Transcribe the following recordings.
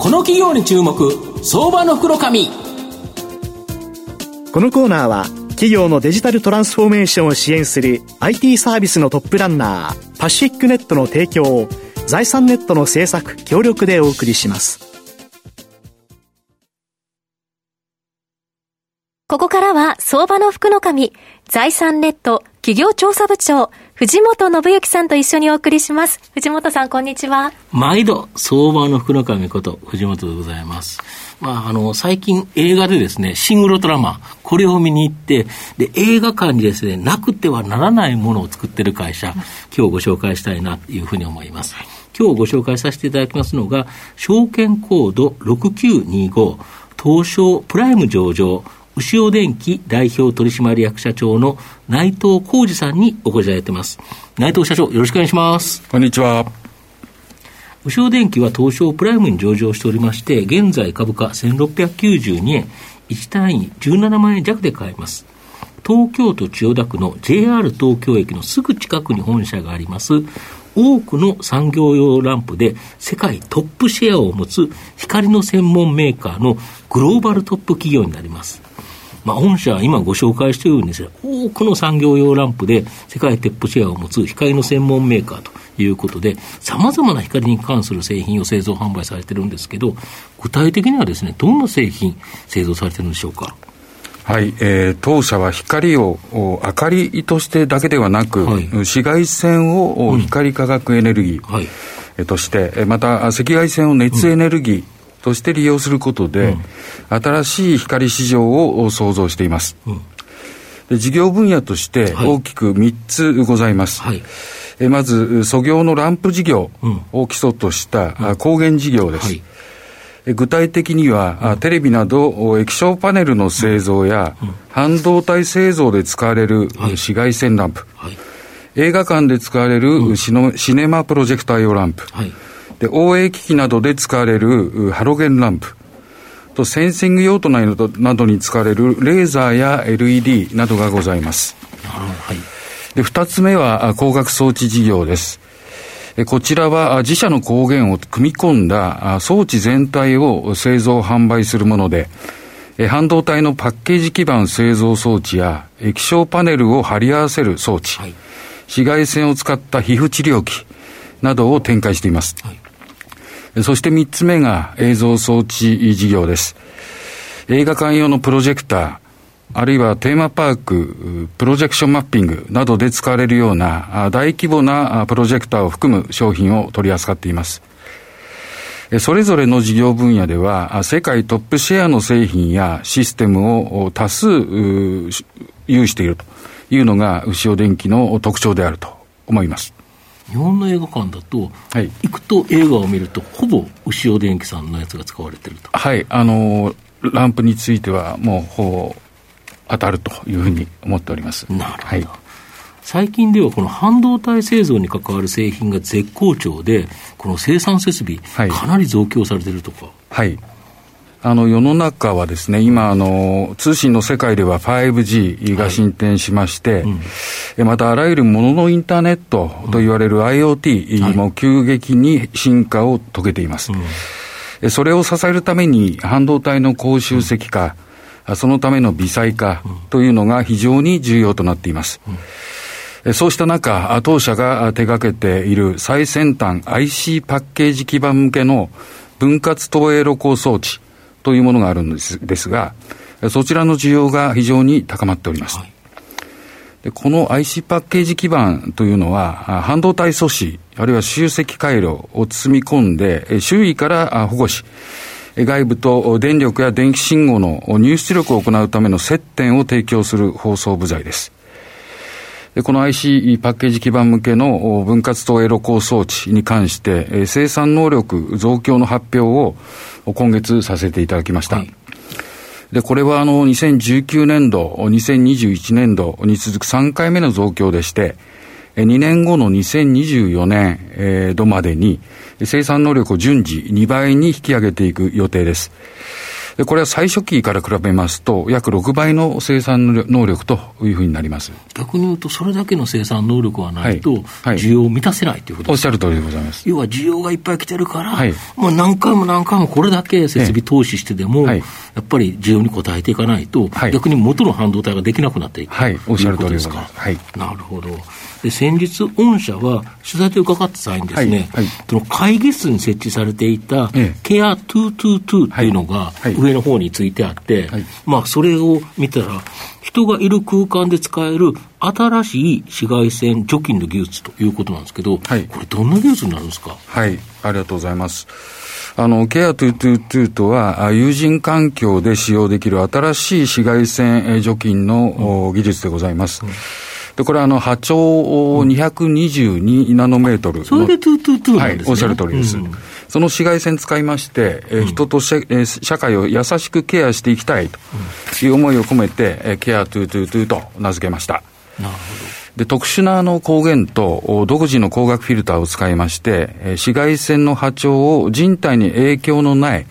この企業に注目、相場の袋紙。 このコーナーは企業のデジタルトランスフォーメーションを支援する IT サービスのトップランナーパシフィックネットの提供を財産ネットの制作協力でお送りします。 ここからは相場の福の神、財産ネット企業調査部長藤本信之さんと一緒にお送りします。藤本さん、こんにちは。 毎度相場の福の神こと藤本でございます。最近映画でですね、シン・ウルトラマン、これを見に行って、で映画館にですね、なくてはならないものを作ってる会社、今日ご紹介したいなというふうに思います。今日ご紹介させていただきますのが、証券コード6925東証プライム上場牛尾電機代表取締役社長の内藤浩二さんにお越しいただいています。内藤社長、よろしくお願いします。 こんにちは。 牛尾電機は東証プライムに上場しておりまして、現在株価1692円、1単位17万円弱で買えます。東京都千代田区の JR 東京駅のすぐ近くに本社があります。多くの産業用ランプで世界トップシェアを持つ光の専門メーカーのグローバルトップ企業になります。本社は今ご紹介しているようにですね、多くの産業用ランプで世界トップシェアを持つ光の専門メーカーということで、様々な光に関する製品を製造販売されているんですけど、具体的にはですね、どんな製品製造されているんでしょうか。 はい、当社は光を明かりとしてだけではなく、はい、紫外線を光化学エネルギーとして、また赤外線を熱エネルギーとして利用することで、新しい光市場を創造しています。で、事業分野として大きく3つございます。まず塑業のランプ事業を基礎とした光源事業です。具体的には、テレビなど液晶パネルの製造や、半導体製造で使われる紫外線ランプ、映画館で使われるシネマプロジェクター用ランプ、で応援機器などで使われるハロゲンランプと、センシング用途などに使われるレーザーや LED などがございます。で、2つ目は光学装置事業です。こちらは自社の光源を組み込んだ装置全体を製造販売するもので、半導体のパッケージ基板製造装置や液晶パネルを貼り合わせる装置、紫外線を使った皮膚治療機などを展開しています。そして3つ目が映像装置事業です。映画館用のプロジェクター、あるいはテーマパーク、プロジェクションマッピングなどで使われるような大規模なプロジェクターを含む商品を取り扱っています。それぞれの事業分野では世界トップシェアの製品やシステムを多数有しているというのが牛尾電機の特徴であると思います。 日本の映画館だと、行くと映画を見るとほぼ牛尾電機さんのやつが使われていると。 はい、ランプについてはもうほぼ当たるというふうに思っております。 なるほど。最近ではこの半導体製造に関わる製品が絶好調で、この生産設備、かなり増強されているとか。 世の中はですね、今通信の世界では 5G が進展しまして、またあらゆるもののインターネットと言われる IoT も急激に進化を遂げています。それを支えるために半導体の高集積化、そのための微細化というのが非常に重要となっています。そうした中、当社が手掛けている最先端 IC パッケージ基板向けの分割投影露光装置というものがあるんですが、そちらの需要が非常に高まっております。で、この IC パッケージ基板というのは、半導体素子、あるいは集積回路を包み込んで、周囲から保護し、外部と電力や電気信号の入出力を行うための接点を提供する包装部材です。で、この IC パッケージ基板向けの分割投影露光装置に関して、生産能力増強の発表を今月させていただきました。で、これは2019年度、2021年度に続く3回目の増強でして、2年後の2024年度までに生産能力を順次2倍に引き上げていく予定です。 でこれは最初期から比べますと約6倍の生産能力というふうになります。 逆に言うとそれだけの生産能力がないと需要を満たせないということですか。 おっしゃる通りでございます。 要は需要がいっぱい来てるから、もう何回も何回もこれだけ設備投資してでも、やっぱり需要に応えていかないと、逆に元の半導体ができなくなっていく、 おっしゃる通りでございます。 なるほど。で先日御社は取材で伺った際にですね、その会議室に設置されていたケア222っていうのが上の方についてあって、それを見たら人がいる空間で使える新しい紫外線除菌の技術ということなんですけど、これどんな技術になるんですか。 ありがとうございます。ケア222とは有人環境で使用できる新しい紫外線除菌の技術でございます。でこれは波長222ナノメートルの、 それで222なんですね。 おっしゃる通りです。その紫外線使いまして、人と社会を優しくケアしていきたいという思いを込めて、ケア222と名付けました。 なるほど。 で特殊な光源と独自の光学フィルターを使いまして、紫外線の波長を人体に影響のない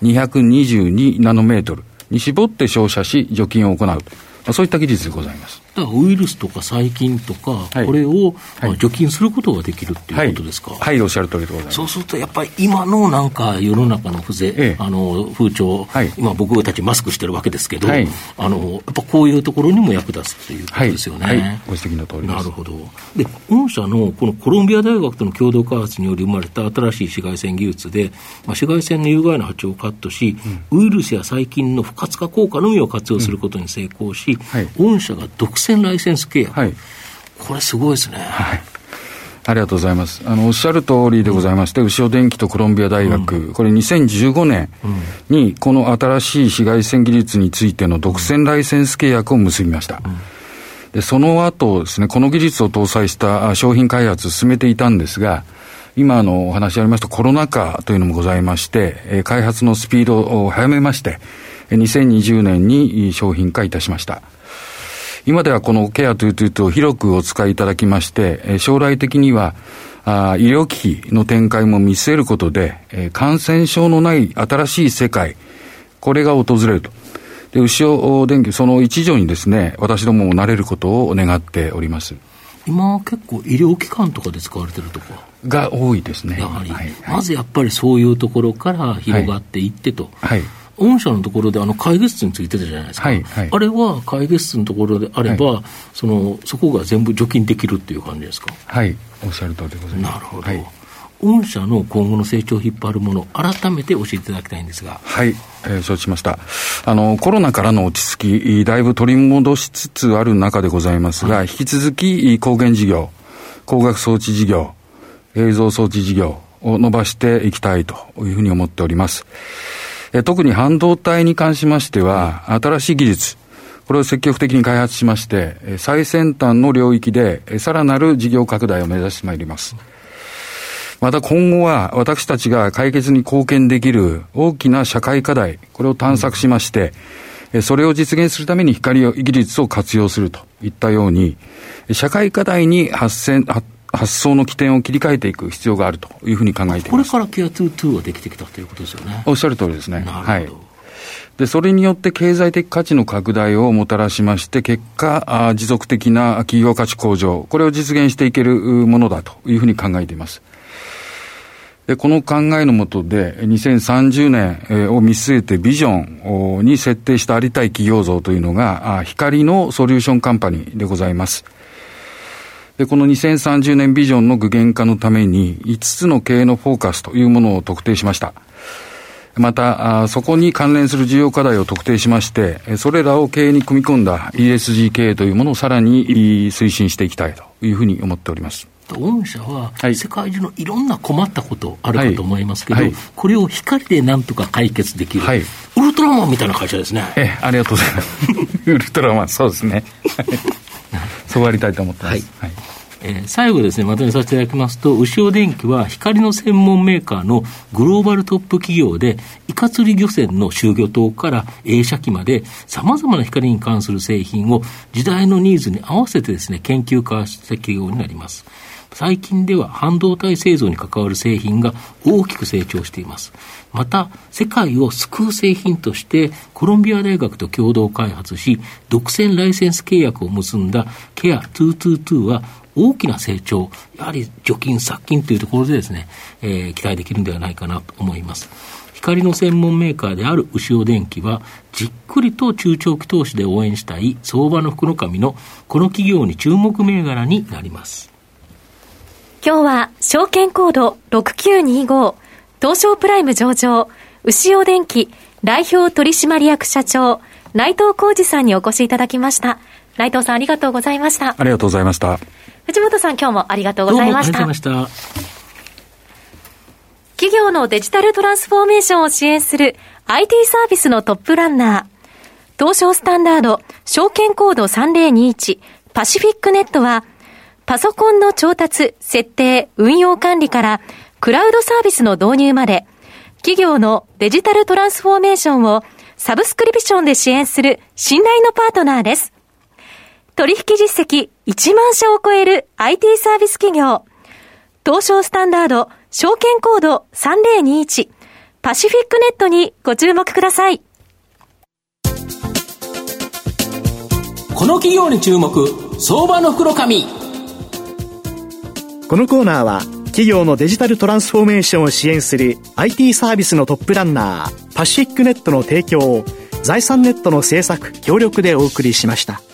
222ナノメートルに絞って照射し除菌を行う、そういった技術でございます。 だからウイルスとか細菌とか、これを除菌することができるっていうことですか。 おっしゃる通りでございます。 そうするとやっぱり今のなんか世の中の風潮、今僕たちマスクしてるわけですけど、やっぱこういうところにも役立つっていうことですよね。 ご指摘の通りです。 なるほど。で御社のこのコロンビア大学との共同開発により生まれた新しい紫外線技術で、紫外線の有害な波長をカットし、ウイルスや細菌の不活化効果のみを活用することに成功し、御社が独占ライセンス契約、これすごいですね。 ありがとうございます。おっしゃる通りでございまして、潮電機とコロンビア大学、これ2015年にこの新しい紫外線技術についての独占ライセンス契約を結びました。でその後ですね、この技術を搭載した商品開発を進めていたんですが、今お話ありましたコロナ禍というのもございまして、開発のスピードを早めまして2020年に商品化いたしました。今ではこのケア222を広くお使いいただきまして、将来的には医療機器の展開も見据えることで、感染症のない新しい世界、これが訪れると。で、潮電機その一助にですね、私どももなれることを願っております。 今結構医療機関とかで使われてるとかが多いですね。 やはり、まずやっぱりそういうところから広がっていってと。御社のところで会議室についてたじゃないですか、あれは会議室のところであれば、そこが全部除菌できるっていう感じですか。 おっしゃる通りでございます。 なるほど。御社の今後の成長を引っ張るもの、改めて教えていただきたいんですが。 承知しました。コロナからの落ち着き、だいぶ取り戻しつつある中でございますが、引き続き光源事業、光学装置事業、映像装置事業を伸ばしていきたいというふうに思っております。特に半導体に関しましては、新しい技術、これを積極的に開発しまして、最先端の領域でさらなる事業拡大を目指してまいります。また今後は私たちが解決に貢献できる大きな社会課題、これを探索しまして、それを実現するために光技術を活用するといったように、社会課題に発想の起点を切り替えていく必要があるというふうに考えています。 これからケア22ができてきたということですよね。 おっしゃる通りですね。 なるほど。 でそれによって経済的価値の拡大をもたらしまして、結果持続的な企業価値向上、これを実現していけるものだというふうに考えています。でこの考えのもとで2030年を見据えてビジョンに設定してありたい企業像というのが光のソリューションカンパニーでございます。でこの2030年ビジョンの具現化のために5つの経営のフォーカスというものを特定しました。またそこに関連する重要課題を特定しまして、それらを経営に組み込んだ ESG 経営というものをさらに推進していきたいというふうに思っております。 御社は世界中のいろんな困ったことあるかと思いますけど、これを光でなんとか解決できる、ウルトラマンみたいな会社ですね。 ありがとうございますウルトラマン、そうですねそうありたいと思ってます。 最後ですね、まとめさせていただきますと、潮電機は光の専門メーカーのグローバルトップ企業で、イカ釣り漁船の集魚灯から映写機まで様々な光に関する製品を時代のニーズに合わせてですね、研究開発した企業になります。 最近では半導体製造に関わる製品が大きく成長しています。また、世界を救う製品としてコロンビア大学と共同開発し、独占ライセンス契約を結んだケア222は大きな成長、やはり除菌殺菌というところでですね、期待できるんではないかなと思います。光の専門メーカーであるウシオ電機は、じっくりと中長期投資で応援したい相場の福の神のこの企業に注目銘柄になります。 今日は証券コード6925東証プライム上場ウシオ電機代表取締役社長内藤浩二さんにお越しいただきました。内藤さん、ありがとうございました。 ありがとうございました。 藤本さん、今日もありがとうございました。 どうもありがとうございました。 企業のデジタルトランスフォーメーションを支援する IT サービスのトップランナー、東証スタンダード証券コード3021パシフィックネットは、パソコンの調達、設定、運用管理からクラウドサービスの導入まで、企業のデジタルトランスフォーメーションをサブスクリプションで支援する信頼のパートナーです。取引実績1万社を超える IT サービス企業、東証スタンダード証券コード3021パシフィックネットにご注目ください。 この企業に注目、相場の福の神。 このコーナーは企業のデジタルトランスフォーメーションを支援する IT サービスのトップランナーパシフィックネットの提供を財産ネットの制作協力でお送りしました。